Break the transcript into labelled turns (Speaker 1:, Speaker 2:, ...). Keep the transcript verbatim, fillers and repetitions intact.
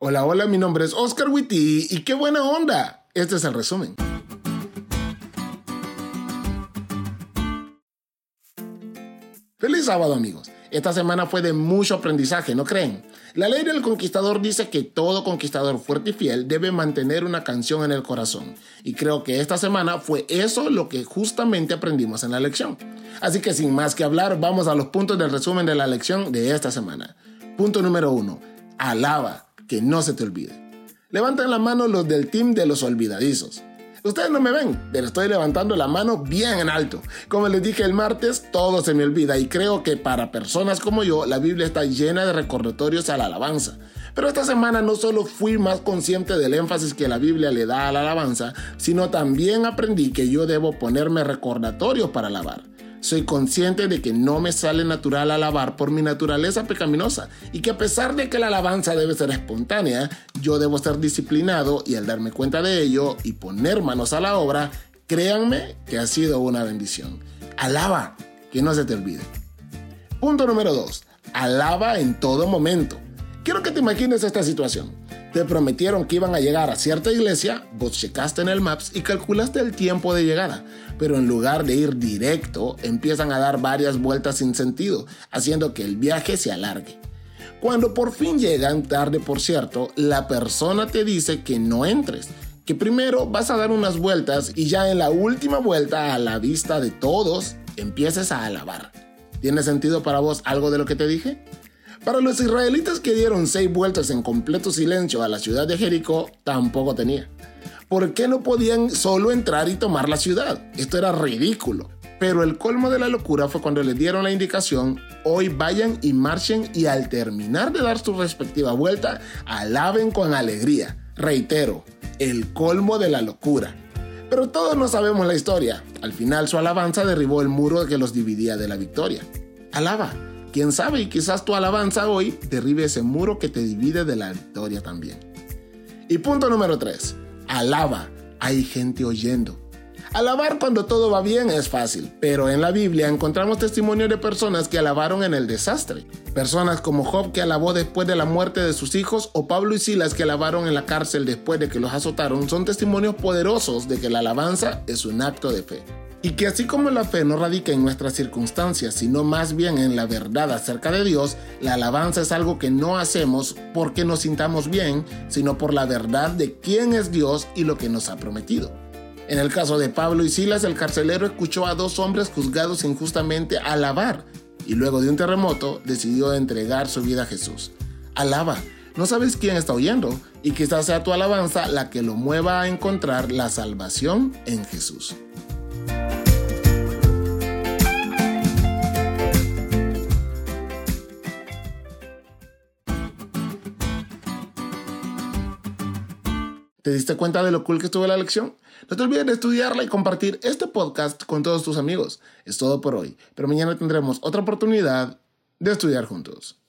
Speaker 1: Hola, hola, mi nombre es Oscar Witty y qué buena onda. Este es el resumen. Feliz sábado, amigos. Esta semana fue de mucho aprendizaje, ¿no creen? La ley del conquistador dice que todo conquistador fuerte y fiel debe mantener una canción en el corazón. Y creo que esta semana fue eso lo que justamente aprendimos en la lección. Así que sin más que hablar, vamos a los puntos del resumen de la lección de esta semana. Punto número uno. Alaba, que no se te olvide. Levanten la mano los del team de los olvidadizos. Ustedes no me ven, pero estoy levantando la mano bien en alto. Como les dije el martes, todo se me olvida y creo que para personas como yo, la Biblia está llena de recordatorios a la alabanza. Pero esta semana no solo fui más consciente del énfasis que la Biblia le da a la alabanza, sino también aprendí que yo debo ponerme recordatorios para alabar. Soy consciente de que no me sale natural alabar por mi naturaleza pecaminosa y que a pesar de que la alabanza debe ser espontánea, yo debo ser disciplinado y al darme cuenta de ello y poner manos a la obra, créanme que ha sido una bendición. Alaba, que no se te olvide. Punto número dos. Alaba en todo momento. Quiero que te imagines esta situación. Te prometieron que iban a llegar a cierta iglesia, vos checaste en el Maps y calculaste el tiempo de llegada, pero en lugar de ir directo, empiezan a dar varias vueltas sin sentido, haciendo que el viaje se alargue. Cuando por fin llegan, tarde por cierto, la persona te dice que no entres, que primero vas a dar unas vueltas y ya en la última vuelta, a la vista de todos, empieces a alabar. ¿Tiene sentido para vos algo de lo que te dije? Para los israelitas que dieron seis vueltas en completo silencio a la ciudad de Jericó, tampoco tenía. ¿Por qué no podían solo entrar y tomar la ciudad? Esto era ridículo. Pero el colmo de la locura fue cuando les dieron la indicación, hoy vayan y marchen y al terminar de dar su respectiva vuelta, alaben con alegría. Reitero, el colmo de la locura. Pero todos no sabemos la historia. Al final su alabanza derribó el muro que los dividía de la victoria. Alaba. Quién sabe, y quizás tu alabanza hoy derribe ese muro que te divide de la victoria también. Y punto número tres. Alaba. Hay gente oyendo. Alabar cuando todo va bien es fácil, pero en la Biblia encontramos testimonios de personas que alabaron en el desastre. Personas como Job, que alabó después de la muerte de sus hijos, o Pablo y Silas, que alabaron en la cárcel después de que los azotaron, son testimonios poderosos de que la alabanza es un acto de fe. Y que así como la fe no radica en nuestras circunstancias, sino más bien en la verdad acerca de Dios, la alabanza es algo que no hacemos porque nos sintamos bien, sino por la verdad de quién es Dios y lo que nos ha prometido. En el caso de Pablo y Silas, el carcelero escuchó a dos hombres juzgados injustamente alabar, y luego de un terremoto decidió entregar su vida a Jesús. Alaba. No sabes quién está oyendo, y quizás sea tu alabanza la que lo mueva a encontrar la salvación en Jesús. ¿Te diste cuenta de lo cool que estuvo la lección? No te olvides de estudiarla y compartir este podcast con todos tus amigos. Es todo por hoy, pero mañana tendremos otra oportunidad de estudiar juntos.